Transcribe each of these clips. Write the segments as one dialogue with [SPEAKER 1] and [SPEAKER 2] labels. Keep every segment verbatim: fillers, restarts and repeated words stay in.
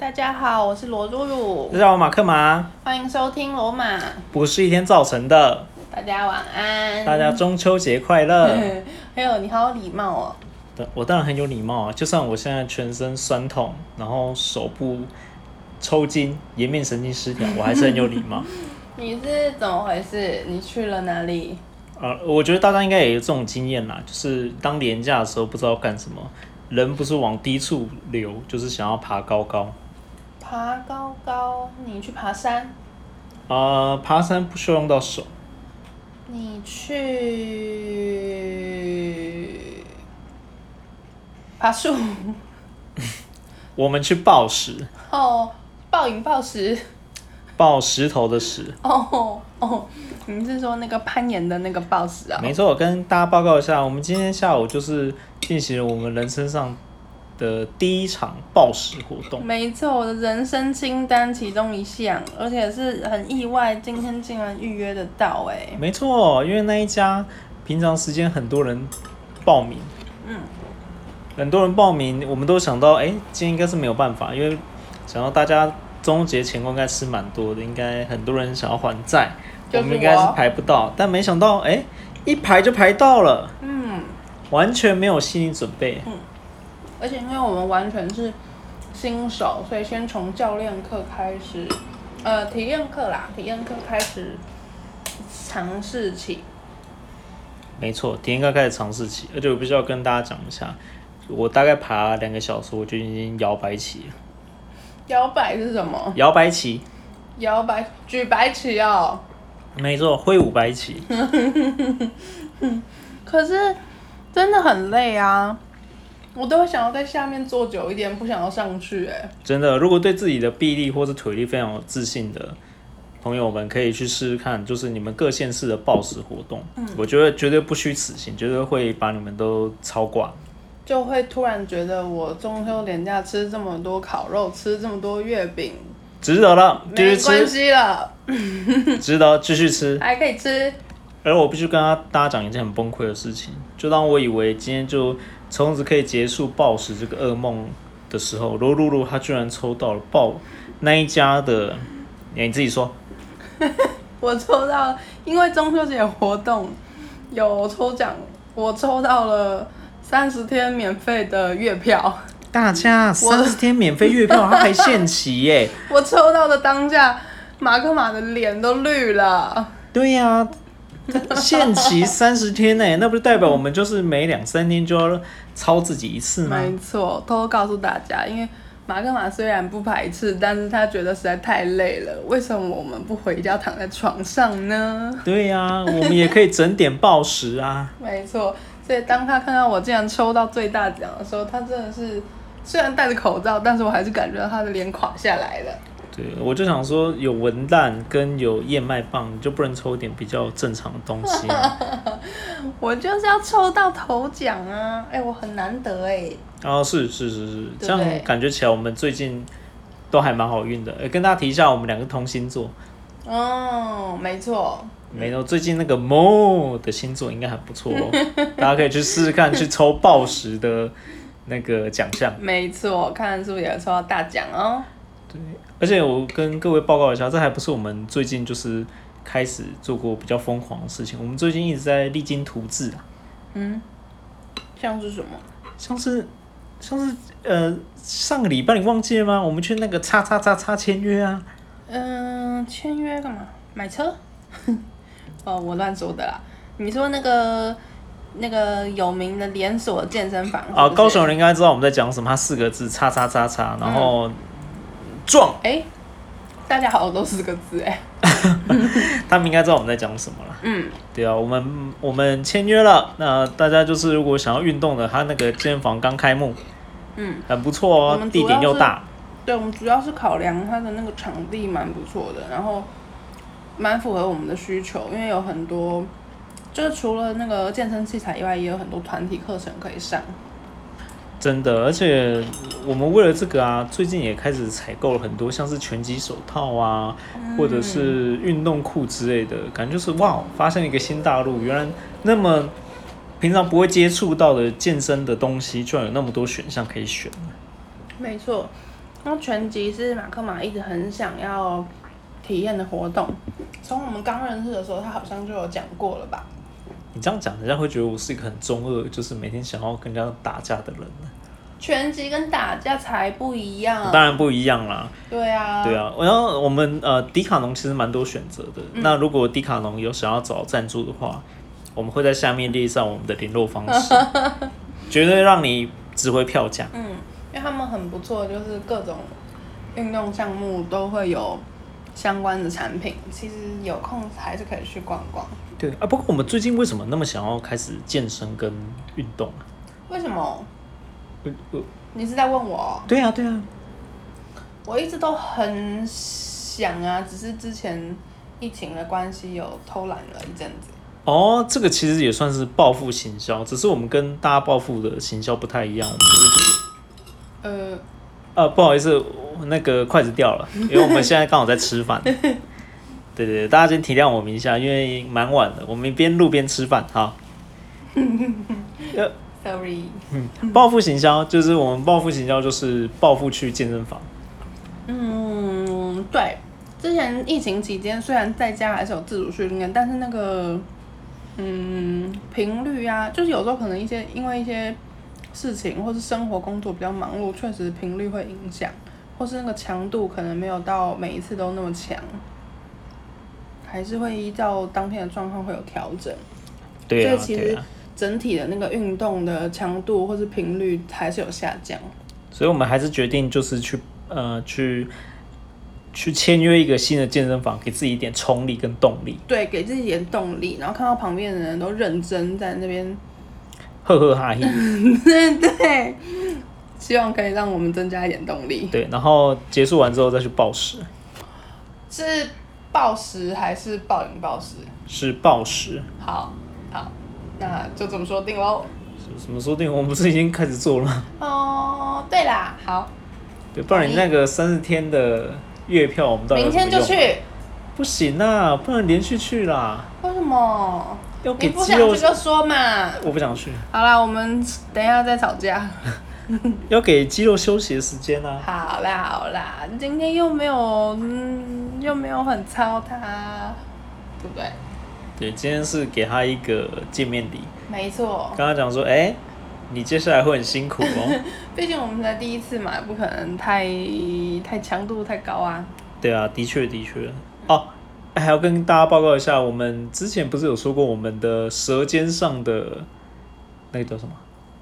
[SPEAKER 1] 大家好，我是罗露露。
[SPEAKER 2] 大家好，马克马，
[SPEAKER 1] 欢迎收听罗马。
[SPEAKER 2] 不是一天造成的。
[SPEAKER 1] 大家晚安。
[SPEAKER 2] 大家中秋节快乐。
[SPEAKER 1] 还有你好有礼貌哦。
[SPEAKER 2] 我当然很有礼貌啊，就算我现在全身酸痛，然后手部抽筋、颜面神经失调，我还是很有礼貌。
[SPEAKER 1] 你是怎么回事？你去了哪里？
[SPEAKER 2] 呃，我觉得大家应该也有这种经验啦，就是当连假的时候不知道干什么，人不是往低处流，就是想要爬高高。
[SPEAKER 1] 爬高高？你去爬山？
[SPEAKER 2] 呃，爬山不需要用到手。
[SPEAKER 1] 你去爬树？
[SPEAKER 2] 我们去抱石。
[SPEAKER 1] 哦，暴饮暴食。
[SPEAKER 2] 抱石头的石。
[SPEAKER 1] 哦哦，你是说那个攀岩的那个抱石啊？
[SPEAKER 2] 没错，我跟大家报告一下，我们今天下午就是进行了我们人生上的第一场抱石活动。
[SPEAKER 1] 没错，我的人生清单其中一项，而且是很意外，今天竟然预约得到哎、欸。
[SPEAKER 2] 没错，因为那一家平常时间很多人报名，嗯，很多人报名，我们都想到，哎、欸，今天应该是没有办法，因为想到大家中秋节前后应该吃蛮多的，应该很多人想要还债，我们应该是排不到，但没想到，哎、欸，一排就排到了，嗯，完全没有心理准备，
[SPEAKER 1] 嗯，而且因为我们完全是新手，所以先从教练课开始，呃，体验课啦，体验课开始尝试起。
[SPEAKER 2] 没错，体验课开始尝试起，而且我必须要跟大家讲一下，我大概爬两个小时，我就已经摇摆起了。
[SPEAKER 1] 摇摆是什么？
[SPEAKER 2] 摇摆旗。
[SPEAKER 1] 摇摆举白旗哦。
[SPEAKER 2] 没错，挥舞白旗。
[SPEAKER 1] 可是真的很累啊，我都会想要在下面坐久一点，不想要上去哎。
[SPEAKER 2] 真的，如果对自己的臂力或是腿力非常有自信的朋友们，可以去试试看，就是你们各县市的抱石活动，嗯、我觉得绝对不虚此行，绝对会把你们都超挂。
[SPEAKER 1] 就会突然觉得我中秋连假吃这么多烤肉，吃这么多月饼，
[SPEAKER 2] 值得了，继续吃，
[SPEAKER 1] 没关系了，
[SPEAKER 2] 值得继续吃，
[SPEAKER 1] 还可以吃。
[SPEAKER 2] 而我必须跟大家讲一件很崩溃的事情，就当我以为今天就从此可以结束抱石这个噩梦的时候，罗露露她居然抽到了抱那一家的，你自己说。
[SPEAKER 1] 我抽到，因为中秋节活动有抽奖，我抽到了三十天免费的月票。
[SPEAKER 2] 大家三十天免费月票，它还限期耶！
[SPEAKER 1] 我抽到的当下，马克马的脸都绿了。
[SPEAKER 2] 对呀、啊，限期三十天呢，那不是代表我们就是每两三天就要超自己一次吗？
[SPEAKER 1] 没错，偷偷告诉大家，因为马克马虽然不排斥，但是他觉得实在太累了。为什么我们不回家躺在床上呢？
[SPEAKER 2] 对呀、啊，我们也可以整点报时啊。
[SPEAKER 1] 没错，所以当他看到我竟然抽到最大奖的时候，他真的是虽然戴着口罩，但是我还是感觉到他的脸垮下来了。
[SPEAKER 2] 对，我就想说，有文旦跟有燕麦棒，你就不能抽一点比较正常的东西吗？
[SPEAKER 1] 我就是要抽到头奖啊！哎、欸，我很难得哎。
[SPEAKER 2] 哦，是是是是，这样感觉起来我们最近都还蛮好运的。欸，跟大家提一下，我们两个同星座。
[SPEAKER 1] 哦，没错。
[SPEAKER 2] 没错，最近那个某的星座应该很不错哦，大家可以去试试看，去抽抱石的那个奖项。
[SPEAKER 1] 没错，看是不是也抽到大奖哦？
[SPEAKER 2] 对，而且我跟各位报告一下，这还不是我们最近就是开始做过比较疯狂的事情，我们最近一直在励精图治啊。
[SPEAKER 1] 嗯，像是什么？像
[SPEAKER 2] 是像是呃上个礼拜你忘记了吗？我们去那个叉叉叉叉签约啊。
[SPEAKER 1] 嗯、呃，签约干嘛？买车？哦，我乱说的啦。你说那个那个有名的连锁健身房啊，
[SPEAKER 2] 高雄人应该知道我们在讲什么，它四个字叉叉叉叉，然后。嗯撞！
[SPEAKER 1] 哎、欸，大家好，都四个字哎。
[SPEAKER 2] 他们应该知道我们在讲什么了。嗯，对啊，我们我们签约了，那大家就是如果想要运动的，他那个健身房刚开幕，嗯，很不错哦，地点又大。
[SPEAKER 1] 对，我们主要是考量它的那个场地蛮不错的，然后蛮符合我们的需求，因为有很多，就是除了那个健身器材以外，也有很多团体课程可以上。
[SPEAKER 2] 真的，而且我们为了这个啊，最近也开始采购了很多像是拳击手套啊，嗯、或者是运动裤之类的，感觉就是哇，发现一个新大陆，原来那么平常不会接触到的健身的东西，居然有那么多选项可以选。
[SPEAKER 1] 没错， 然后拳击是马克马一直很想要体验的活动，从我们刚认识的时候，他好像就有讲过了吧？
[SPEAKER 2] 你这样讲，人家会觉得我是一个很中二，就是每天想要跟人家打架的人。
[SPEAKER 1] 拳击跟打架才不一样，
[SPEAKER 2] 当然不一样啦。
[SPEAKER 1] 对啊，
[SPEAKER 2] 对啊。然后我们呃迪卡侬其实蛮多选择的、嗯。那如果迪卡侬有想要找赞助的话，我们会在下面列上我们的联络方式，绝对让你值回票价。
[SPEAKER 1] 嗯，因为他们很不错，就是各种运动项目都会有相关的产品，其实有空还是可以去逛逛。
[SPEAKER 2] 对啊，不过我们最近为什么那么想要开始健身跟运动啊？
[SPEAKER 1] 为什么？你是在问我？
[SPEAKER 2] 对啊，对啊。
[SPEAKER 1] 我一直都很想啊，只是之前疫情的关系有偷懒了一阵子。
[SPEAKER 2] 哦，这个其实也算是报复行销，只是我们跟大家报复的行销不太一样。我们是呃呃，不好意思，那个筷子掉了，因为我们现在刚好在吃饭。对对对，大家先体谅我们一下，因为蛮晚的，我们边录边吃饭哈。
[SPEAKER 1] Sorry。
[SPEAKER 2] 嗯，报复行销就是我们报复行销就是报复去健身房。
[SPEAKER 1] 嗯，对。之前疫情期间，虽然在家还是有自主训练，但是那个嗯频率啊，就是有时候可能一些因为一些事情或是生活工作比较忙碌，确实频率会影响，或是那个强度可能没有到每一次都那么强，还是会依照当天的状况会有调整。
[SPEAKER 2] 对啊，
[SPEAKER 1] 所以其实整体的那个运动的强度或是频率还是有下降。
[SPEAKER 2] 所以我们还是决定就是去呃去去签约一个新的健身房，给自己一点冲力跟动力。
[SPEAKER 1] 对，给自己一点动力，然后看到旁边的人都认真在那边
[SPEAKER 2] 呵呵哈嘿。
[SPEAKER 1] 对，希望可以让我们增加一点动力。
[SPEAKER 2] 对，然后结束完之后再去暴食。
[SPEAKER 1] 是暴食还是暴饮暴食？
[SPEAKER 2] 是暴食。
[SPEAKER 1] 好，好，那就这么说定喽。
[SPEAKER 2] 什么说定？我们不是已经开始做了吗？
[SPEAKER 1] 哦，对啦，好。
[SPEAKER 2] 对，不然你那个三十天的月票，我们到底要怎么用？
[SPEAKER 1] 明天就去。
[SPEAKER 2] 不行啊，不能连续去啦。
[SPEAKER 1] 为什么？
[SPEAKER 2] 要给肌肉。
[SPEAKER 1] 你不想去就说嘛。
[SPEAKER 2] 我不想去。
[SPEAKER 1] 好啦，我们等一下再吵架。
[SPEAKER 2] 要给肌肉休息的时间啊。
[SPEAKER 1] 好啦好啦，今天又没有，嗯，又没有很操他，对不对？
[SPEAKER 2] 对，今天是给他一个见面礼。
[SPEAKER 1] 没错。
[SPEAKER 2] 跟他讲说，哎、欸，你接下来会很辛苦哦。
[SPEAKER 1] 毕竟我们才第一次嘛，不可能太太强度太高啊。
[SPEAKER 2] 对啊，的确的确。哦，还要跟大家报告一下，我们之前不是有说过我们的舌尖上的那个叫什么？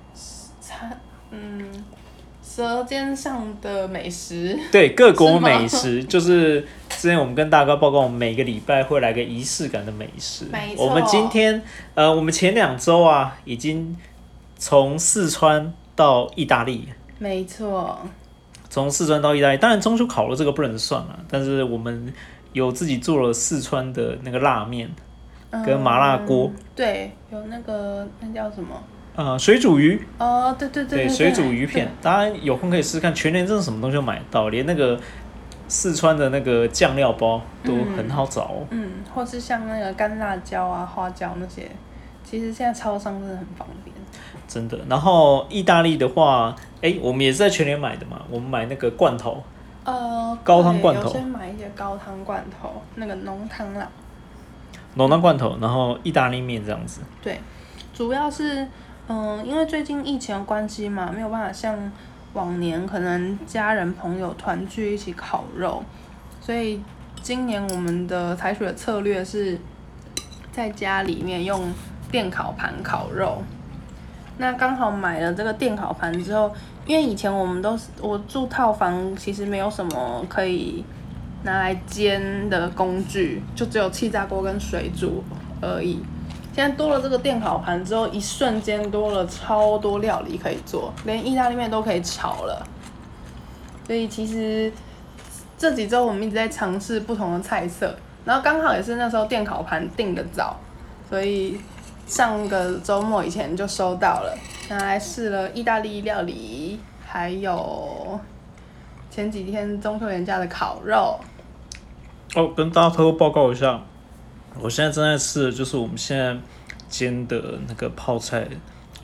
[SPEAKER 1] 嗯，舌尖上的美食。
[SPEAKER 2] 对，各国美食，就是之前我们跟大家报告，我们每个礼拜会来个仪式感的美食。
[SPEAKER 1] 没错。
[SPEAKER 2] 我们今天，呃，我们前两周啊，已经从四川到意大利。
[SPEAKER 1] 没错。从
[SPEAKER 2] 四川到意大利，当然中秋烤肉这个不能算了，但是我们有自己做了四川的那个辣面，跟麻辣锅、嗯。
[SPEAKER 1] 对，有那个那叫什么？
[SPEAKER 2] 呃，水煮鱼
[SPEAKER 1] 哦，对对 对, 对,
[SPEAKER 2] 对，水煮鱼片，大家有空可以试试看。全年真的什么东西都买得到，连那个四川的那个酱料包都很好找哦。
[SPEAKER 1] 嗯，嗯或是像那个干辣椒啊、花椒那些，其实现在超商真的很方便。
[SPEAKER 2] 真的，然后意大利的话，哎，我们也是在全年买的嘛，我们买那个罐头，
[SPEAKER 1] 呃，
[SPEAKER 2] 高汤罐头，
[SPEAKER 1] 有些买一些高汤罐头，那个浓汤啦，
[SPEAKER 2] 浓汤罐头，然后意大利面这样子。
[SPEAKER 1] 对，主要是。嗯，因为最近疫情的关系嘛，没有办法像往年可能家人朋友团聚一起烤肉，所以今年我们的采取的策略是在家里面用电烤盘烤肉。那刚好买了这个电烤盘之后，因为以前我们都是我住套房，其实没有什么可以拿来煎的工具，就只有气炸锅跟水煮而已。现在多了这个电烤盘之后，一瞬间多了超多料理可以做，连意大利面都可以炒了。所以其实这几周我们一直在尝试不同的菜色，然后刚好也是那时候电烤盘订的早，所以上个周末以前就收到了，拿来试了意大利料理，还有前几天中秋连假的烤肉。
[SPEAKER 2] 哦，跟大家偷偷报告一下。我现在正在吃的就是我们现在煎的那个泡菜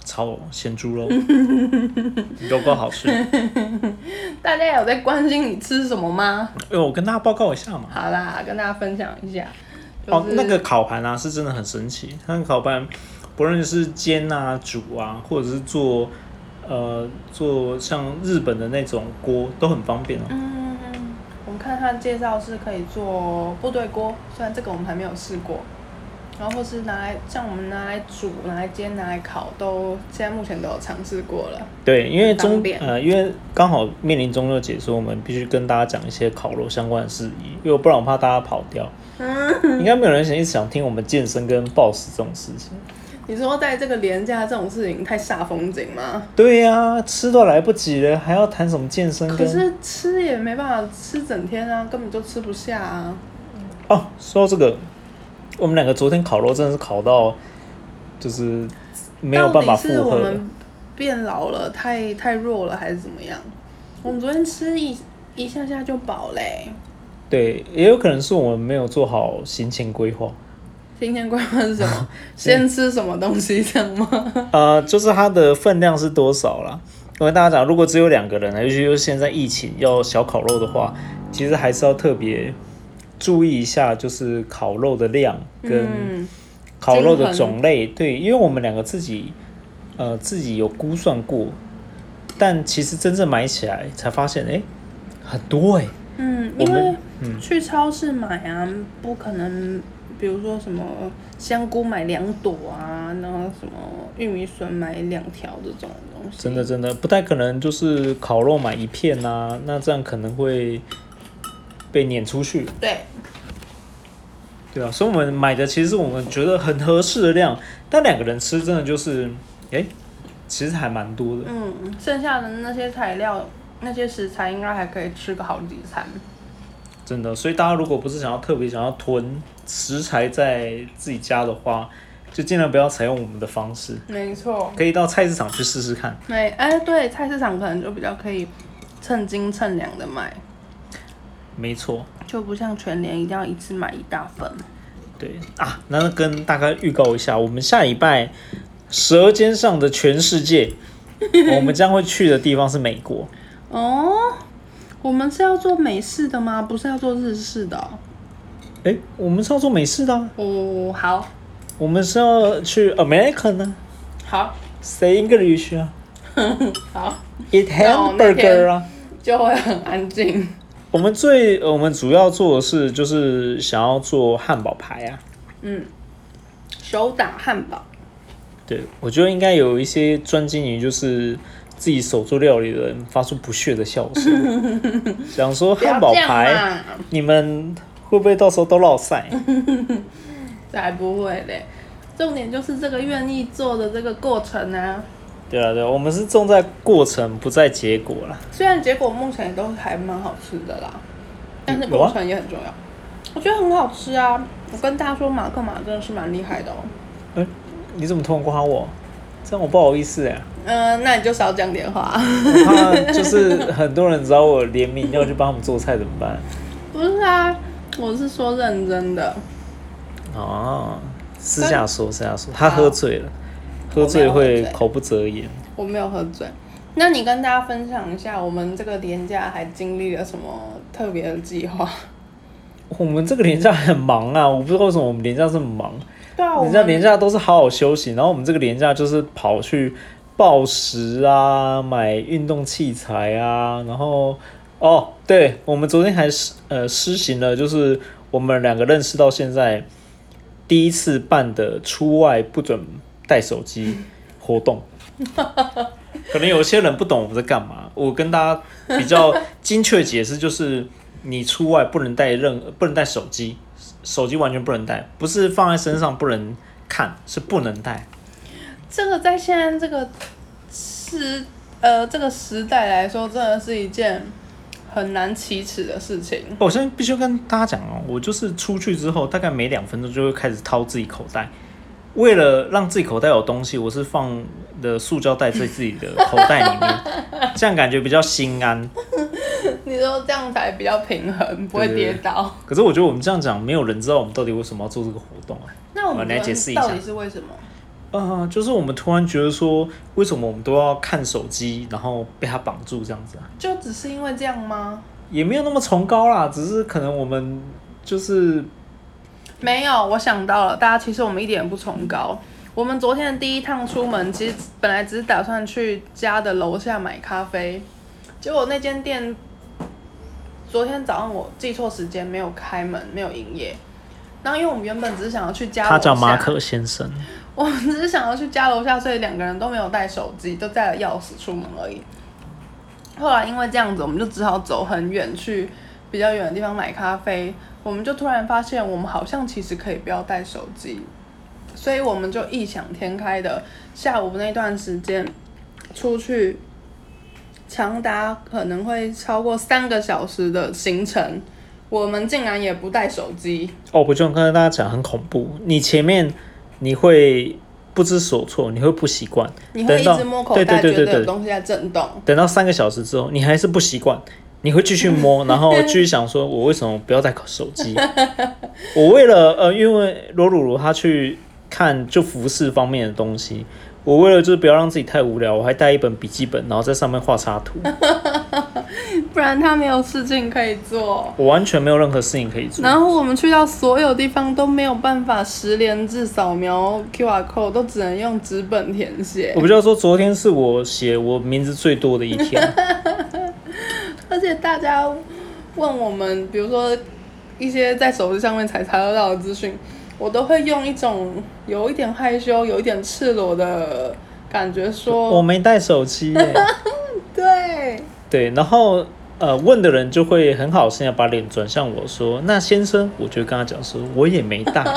[SPEAKER 2] 炒咸猪肉，有够好吃。
[SPEAKER 1] 大家有在关心你吃什么吗？
[SPEAKER 2] 因为我跟大家报告一下嘛。
[SPEAKER 1] 好啦，跟大家分享一下。就是、
[SPEAKER 2] 哦，那个烤盘啊，是真的很神奇。它的烤盘，不论是煎啊、煮啊，或者是做呃做像日本的那种锅，都很方便哦。
[SPEAKER 1] 嗯，我们看它的介绍是可以做部队锅，虽然这个我们还没有试过。然后或是拿来像我们拿来煮、拿来煎、拿来烤，都现在目前都有尝试过了。
[SPEAKER 2] 对，因为中呃，因为刚好面临中秋节，所以我们必须跟大家讲一些烤肉相关的事宜，因为不然我怕大家跑掉。嗯，应该没有人想一直想听我们健身跟暴食这种事情。
[SPEAKER 1] 你说在这个连假这种事情太煞风景吗？
[SPEAKER 2] 对呀、啊，吃都来不及了，还要谈什么健身跟？
[SPEAKER 1] 可是吃也没办法吃整天啊，根本就吃不下啊。
[SPEAKER 2] 哦，说到这个。我们两个昨天烤肉真的是烤到，就是没有办法负荷。
[SPEAKER 1] 到底是我们变老了，太太弱了，还是怎么样？我们昨天吃一一下下就饱嘞、欸。
[SPEAKER 2] 对，也有可能是我们没有做好行前规划。
[SPEAKER 1] 行前规划是什么？先吃什么东西这样吗？
[SPEAKER 2] 呃，就是它的分量是多少啦。我跟大家讲，如果只有两个人，尤其是现在疫情要小烤肉的话，其实还是要特别。注意一下，就是烤肉的量跟烤肉的种类，嗯、对，因为我们两个自己，呃，自己有估算过，但其实真正买起来才发现，哎、欸，很多哎、欸。
[SPEAKER 1] 嗯，因为去超市买啊，不可能，比如说什么香菇买两朵啊，然后什么玉米笋买两条这种东西。
[SPEAKER 2] 真的真的不太可能，就是烤肉买一片啊，那这样可能会。被撵出去，
[SPEAKER 1] 对，
[SPEAKER 2] 对啊，所以我们买的其实是我们觉得很合适的量，但两个人吃真的就是，哎、欸，其实还蛮多的。
[SPEAKER 1] 嗯，剩下的那些材料、那些食材应该还可以吃个好几餐。
[SPEAKER 2] 真的，所以大家如果不是想要特别想要囤食材在自己家的话，就尽量不要采用我们的方式。
[SPEAKER 1] 没错，
[SPEAKER 2] 可以到菜市场去试试看。
[SPEAKER 1] 没，哎、欸，对，菜市场可能就比较可以称斤称两的买。
[SPEAKER 2] 没错，
[SPEAKER 1] 就不像全联一定要一次买一大份。
[SPEAKER 2] 对啊，那跟大家预告一下，我们下礼拜《舌尖上的全世界》，我们将会去的地方是美国。
[SPEAKER 1] 哦，我们是要做美式的吗？不是要做日式的、哦？
[SPEAKER 2] 哎、欸，我们是要做美式的、啊。
[SPEAKER 1] 哦，好。
[SPEAKER 2] 我们是要去 American 呢、
[SPEAKER 1] 啊。好。
[SPEAKER 2] Say English 啊。
[SPEAKER 1] 好。
[SPEAKER 2] Eat hamburger 啊。
[SPEAKER 1] 就会很安静。
[SPEAKER 2] 我们最我们主要做的是就是想要做汉堡排啊，
[SPEAKER 1] 嗯，手打汉堡。
[SPEAKER 2] 对，我觉得应该有一些专精于就是自己手做料理的人发出不屑的笑声，想说汉堡排，你们会不会到时候都落赛？
[SPEAKER 1] 才不会嘞，重点就是这个愿意做的这个过程啊。
[SPEAKER 2] 对啊，对啊，我们是重在过程，不在结果啦。
[SPEAKER 1] 虽然结果目前都还蛮好吃的啦，但是过程也很重要。我觉得很好吃啊！我跟大家说，马克马真的是蛮厉害的哦。
[SPEAKER 2] 哎、欸，你怎么突然夸我？这样我不好意思哎。
[SPEAKER 1] 嗯、呃，那你就少讲点话。
[SPEAKER 2] 我怕就是很多人找我联名要去帮他们做菜怎么办？
[SPEAKER 1] 不是啊，我是说认真的。
[SPEAKER 2] 哦，私下说，私下说，他喝醉了。喝醉会口不择言。
[SPEAKER 1] 我没有喝醉。那你跟大家分享一下，我们这个连假还经历了什么特别的计划？
[SPEAKER 2] 我们这个连假很忙啊，我不知道为什么我们连假这么忙。
[SPEAKER 1] 对啊，
[SPEAKER 2] 人家连假都是好好休息，然后我们这个连假就是跑去暴食啊，买运动器材啊，然后哦，对，我们昨天还呃施行了，就是我们两个认识到现在第一次办的出外不准带手机活动。可能有些人不懂我们在干嘛，我跟大家比较精确解释，就是你出外不能带任不能带手机，手机完全不能带，不是放在身上不能看，是不能带。
[SPEAKER 1] 这个在现在这个时呃这个时代来说，真的是一件很难启齿的事情。
[SPEAKER 2] 我现在必须跟大家讲哦，我就是出去之后，大概每两分钟就会开始掏自己口袋。为了让自己口袋有东西，我是放的塑胶袋在自己的口袋里面，这样感觉比较心安。
[SPEAKER 1] 你说这样才比较平衡，不会跌倒。
[SPEAKER 2] 对对对，可是我觉得我们这样讲，没有人知道我们到底为什么要做这个活动啊。
[SPEAKER 1] 那我们
[SPEAKER 2] 来解释一下，
[SPEAKER 1] 到底是为什么？
[SPEAKER 2] 呃，就是我们突然觉得说，为什么我们都要看手机，然后被它绑住这样子啊？
[SPEAKER 1] 就只是因为这样吗？
[SPEAKER 2] 也没有那么崇高啦，只是可能我们就是
[SPEAKER 1] 没有。我想到了，大家其实我们一点也不崇高。我们昨天的第一趟出门，其实本来只是打算去家的楼下买咖啡，结果那间店昨天早上我记错时间，没有开门，没有营业。然后因为我们原本只是想要去家楼下，
[SPEAKER 2] 他叫马可先生，
[SPEAKER 1] 我们只是想要去家楼下，所以两个人都没有带手机，都带了钥匙出门而已。后来因为这样子，我们就只好走很远去比较远的地方买咖啡。我们就突然发现，我们好像其实可以不要带手机，所以我们就异想天开的下午那段时间出去，长达可能会超过三个小时的行程。我们竟然也不带手机
[SPEAKER 2] 哦！我就跟大家讲很恐怖，你前面你会不知所措，你会不习惯，
[SPEAKER 1] 你会一直摸口袋，觉得有东西在震动。
[SPEAKER 2] 等到三个小时之后，你还是不习惯，你会继续摸，然后继续想说，我为什么不要带手机？我为了呃，因为罗鲁鲁他去看就服饰方面的东西，我为了就是不要让自己太无聊，我还带一本笔记本，然后在上面画插图。
[SPEAKER 1] 不然他没有事情可以做，
[SPEAKER 2] 我完全没有任何事情可以做。
[SPEAKER 1] 然后我们去到所有地方都没有办法实联制扫描 Q R code， 都只能用纸本填写。
[SPEAKER 2] 我不知道说昨天是我写我名字最多的一天，
[SPEAKER 1] 而且大家问我们，比如说一些在手机上面才查得到的资讯，我都会用一种有一点害羞、有一点赤裸的感觉说，
[SPEAKER 2] 我没带手机耶。
[SPEAKER 1] 对
[SPEAKER 2] 对，然后。呃，问的人就会很好心的把脸转向我说：“那先生，我就跟他讲说，我也没带。”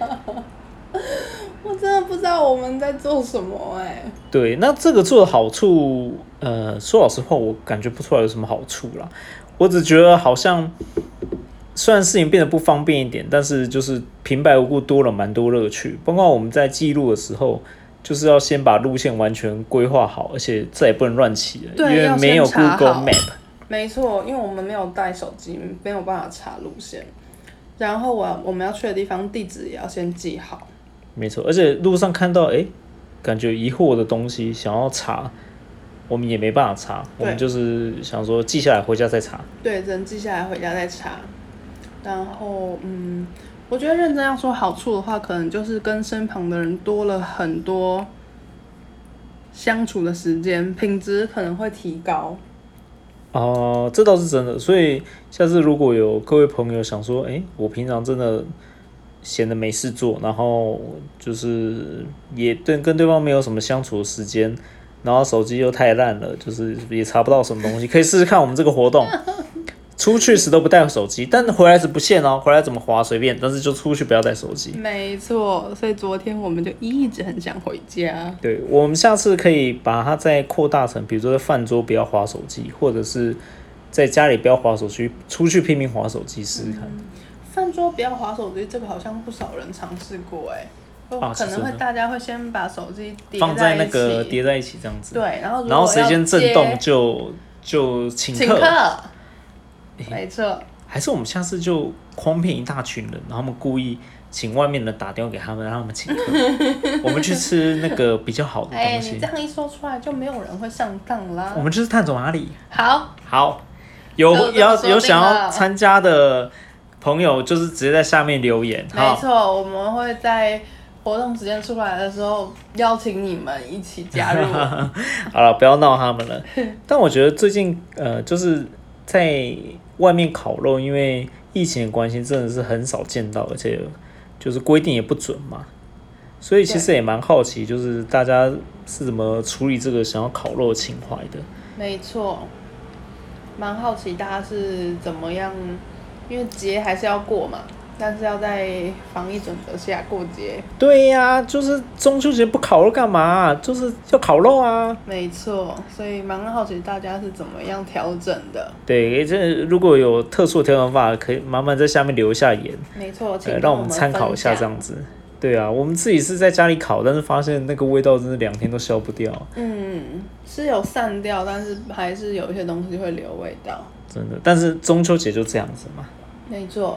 [SPEAKER 1] 我真的不知道我们在做什么哎、欸。
[SPEAKER 2] 对，那这个做的好处，呃，说老实话，我感觉不出来有什么好处啦。我只觉得好像，虽然事情变得不方便一点，但是就是平白无故多了蛮多乐趣。包括我们在记录的时候，就是要先把路线完全规划好，而且这也不能乱骑了，因为没有 Google Map。
[SPEAKER 1] 没错，因为我们没有带手机，没有办法查路线。然后我我们要去的地方地址也要先记好。
[SPEAKER 2] 没错，而且路上看到哎，感觉疑惑的东西想要查，我们也没办法查，我们就是想说记下来回家再查。
[SPEAKER 1] 对，只能记下来回家再查。然后嗯，我觉得认真要说好处的话，可能就是跟身旁的人多了很多相处的时间，品质可能会提高。
[SPEAKER 2] 哦、呃，这倒是真的。所以下次如果有各位朋友想说，哎，我平常真的闲得没事做，然后就是也对跟对方没有什么相处的时间，然后手机又太烂了，就是也查不到什么东西，可以试试看我们这个活动。出去时都不带手机，但回来是不限哦，回来怎么滑随便，但是就出去不要带手机。
[SPEAKER 1] 没错，所以昨天我们就一直很想回家。
[SPEAKER 2] 对，我们下次可以把它再扩大成，比如说在饭桌不要滑手机，或者是在家里不要滑手机，出去拼命滑手机试试看。
[SPEAKER 1] 嗯、饭桌不要滑手机，这个好像不少人尝试过哎。
[SPEAKER 2] 啊、
[SPEAKER 1] 可能会大家会先把手机
[SPEAKER 2] 放在那个叠在一起这样子。
[SPEAKER 1] 对，然后
[SPEAKER 2] 然后谁先震动就就请客。
[SPEAKER 1] 请客。没错，
[SPEAKER 2] 还是我们下次就诓骗一大群人，然后他们故意请外面的人打电话给他们，让他们请客。我们去吃那个比较好的东西。
[SPEAKER 1] 哎、欸，你这样一说出来，就没有人会上当啦。
[SPEAKER 2] 我们就是探索哪里。
[SPEAKER 1] 好，
[SPEAKER 2] 好，有要有想要参加的朋友，就是直接在下面留言。
[SPEAKER 1] 没错，我们会在活动时间出来的时候邀请你们一起加入。
[SPEAKER 2] 好了，不要闹他们了。但我觉得最近呃，就是在外面烤肉，因为疫情的关系，真的是很少见到，而且就是规定也不准嘛，所以其实也蛮好奇，就是大家是怎么处理这个想要烤肉的情怀的。
[SPEAKER 1] 没错，蛮好奇大家是怎么样，因为节还是要过嘛，但是要在防疫准则下过节。
[SPEAKER 2] 对呀、啊，就是中秋节不烤肉干嘛、啊？就是要烤肉啊。
[SPEAKER 1] 没错，所以蛮好奇大家是怎么样调整的。
[SPEAKER 2] 对，这如果有特殊的调整法，可以慢慢在下面留一下言。
[SPEAKER 1] 没错，请、
[SPEAKER 2] 呃、让我们参考一下这样子。对啊，我们自己是在家里烤，但是发现那个味道真的两天都消不掉。
[SPEAKER 1] 嗯，是有散掉，但是还是有一些东西会留味道。
[SPEAKER 2] 真的，但是中秋节就这样子嘛。
[SPEAKER 1] 没错。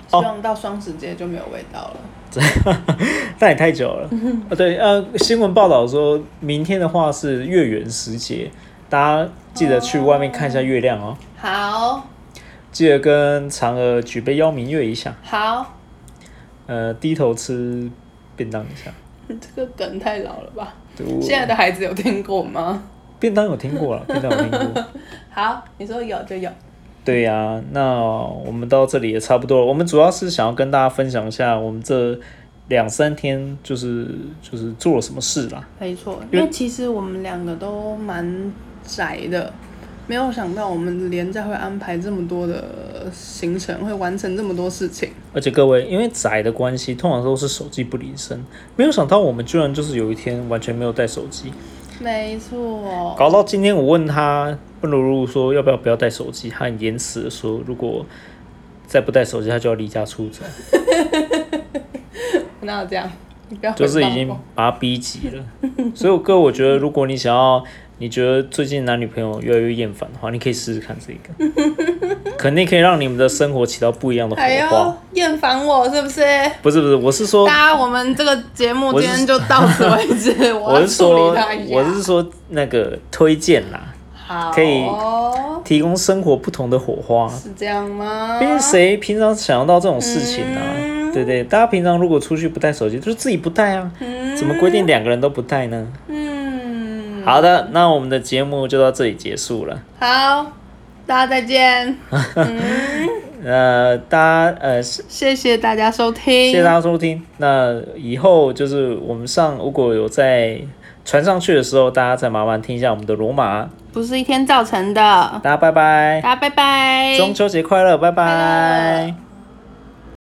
[SPEAKER 1] 希望到双十节就没有味道了。
[SPEAKER 2] 那也太久了。哦，对，呃，新闻报道说明天的话是月圆时节，大家记得去外面看一下月亮哦。
[SPEAKER 1] 好，
[SPEAKER 2] 记得跟嫦娥举杯邀明月一下。
[SPEAKER 1] 好，
[SPEAKER 2] 呃，低头吃便当一下。
[SPEAKER 1] 这个梗太老了吧？现在的孩子有听过吗？
[SPEAKER 2] 便当有听过了，便当有听过。
[SPEAKER 1] 好，你说有就有。
[SPEAKER 2] 对呀、啊，那我们到这里也差不多了。我们主要是想要跟大家分享一下我们这两三天就是就是做了什么事啦。
[SPEAKER 1] 没错，因为其实我们两个都蛮宅的，没有想到我们连假会安排这么多的行程，会完成这么多事情。
[SPEAKER 2] 而且各位，因为宅的关系，通常都是手机不离身，没有想到我们居然就是有一天完全没有带手机。
[SPEAKER 1] 没错，
[SPEAKER 2] 搞到今天我问他问露露说要不要不要带手机，他很严词的说如果再不带手机他就要离家出走。
[SPEAKER 1] 哪有这样？你不要
[SPEAKER 2] 就是已经把他逼急了。所以哥，我觉得如果你想要，你觉得最近男女朋友越来越厌烦的话，你可以试试看这个，肯定可以让你们的生活起到不一样的火花。
[SPEAKER 1] 哎呦，厌烦我是不是？
[SPEAKER 2] 不是不是，我是说，
[SPEAKER 1] 大家我们这个节目今天就到此为止。
[SPEAKER 2] 我是说，我是说那个推荐啦，
[SPEAKER 1] 好，
[SPEAKER 2] 可以提供生活不同的火花。
[SPEAKER 1] 是这样吗？
[SPEAKER 2] 毕竟谁平常想得到这种事情啊？嗯、对对，大家平常如果出去不带手机，就是自己不带啊，嗯、怎么规定两个人都不带呢？嗯，好的，那我们的节目就到这里结束了。
[SPEAKER 1] 好，大家再见。嗯
[SPEAKER 2] 呃，大家呃，
[SPEAKER 1] 谢谢大家收听，
[SPEAKER 2] 谢谢大家收听。那以后就是我们上如果有在传上去的时候，大家再麻烦听一下我们的罗马，
[SPEAKER 1] 不是一天造成的。
[SPEAKER 2] 大家拜拜，
[SPEAKER 1] 大家拜拜，
[SPEAKER 2] 中秋节快乐，拜拜。
[SPEAKER 1] 拜拜。